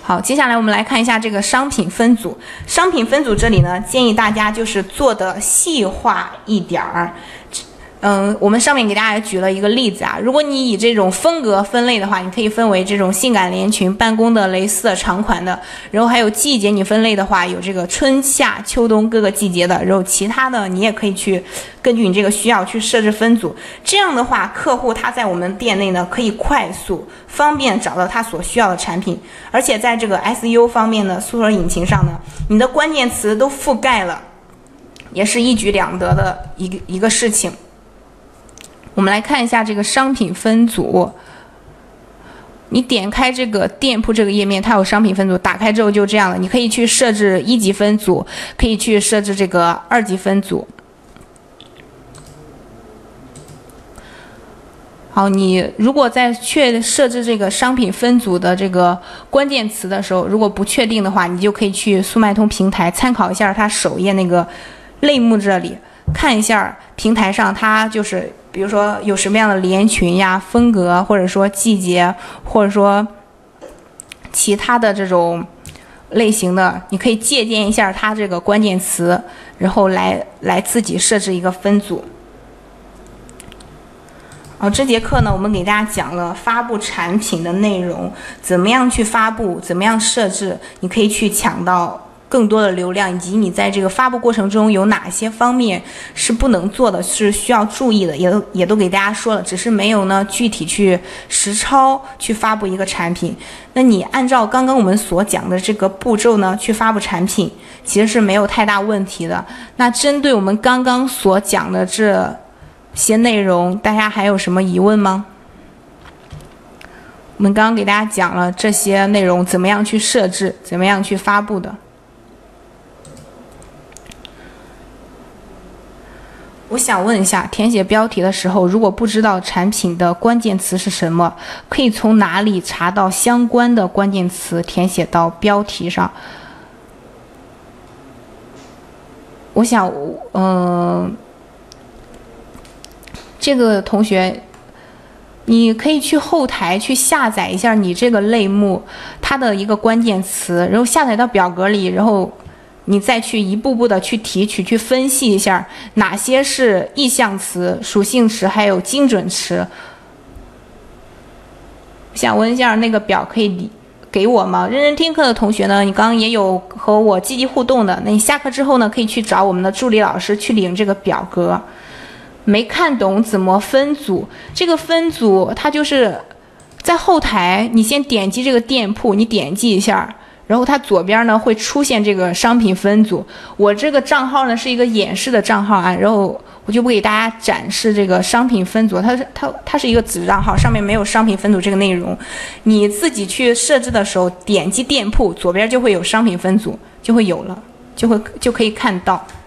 好，接下来我们来看一下这个商品分组。商品分组这里呢，建议大家就是做的细化一点儿。我们上面给大家举了一个例子啊，如果你以这种风格分类的话，你可以分为这种性感连裙、办公的、蕾丝的、长款的，然后还有季节你分类的话，有这个春夏秋冬各个季节的，然后其他的你也可以去根据你这个需要去设置分组。这样的话，客户他在我们店内呢可以快速方便找到他所需要的产品，而且在这个 SEO 方面呢，搜索引擎上呢，你的关键词都覆盖了，也是一举两得的一个事情。我们来看一下这个商品分组，你点开这个店铺这个页面，它有商品分组，打开之后就这样了。你可以去设置1级分组，可以去设置这个2级分组。好，你如果在设置这个商品分组的这个关键词的时候，如果不确定的话，你就可以去速卖通平台参考一下它首页那个类目这里，看一下平台上它就是比如说有什么样的连裙呀、风格，或者说季节，或者说其他的这种类型的，你可以借鉴一下它这个关键词，然后来自己设置一个分组。这节课呢，我们给大家讲了发布产品的内容，怎么样去发布，怎么样设置，你可以去抢到更多的流量，以及你在这个发布过程中有哪些方面是不能做的，是需要注意的，也都给大家说了，只是没有呢具体去实操去发布一个产品。那你按照刚刚我们所讲的这个步骤呢去发布产品，其实是没有太大问题的。那针对我们刚刚所讲的这些内容，大家还有什么疑问吗？我们刚刚给大家讲了这些内容怎么样去设置，怎么样去发布的。我想问一下，填写标题的时候，如果不知道产品的关键词是什么，可以从哪里查到相关的关键词填写到标题上？我想，这个同学，你可以去后台去下载一下你这个类目它的一个关键词，然后下载到表格里，然后你再去一步步的去提取、去分析一下哪些是意象词、属性词，还有精准词。想问一下，那个表可以给我吗？认真听课的同学呢，你刚刚也有和我积极互动的，那你下课之后呢，可以去找我们的助理老师去领这个表格。没看懂怎么分组？这个分组它就是在后台，你先点击这个店铺，你点击一下，然后它左边呢会出现这个商品分组。我这个账号呢是一个演示的账号啊，然后我就不给大家展示这个商品分组，它是一个子账号，上面没有商品分组这个内容。你自己去设置的时候，点击店铺，左边就会有商品分组，就会有了，就可以看到。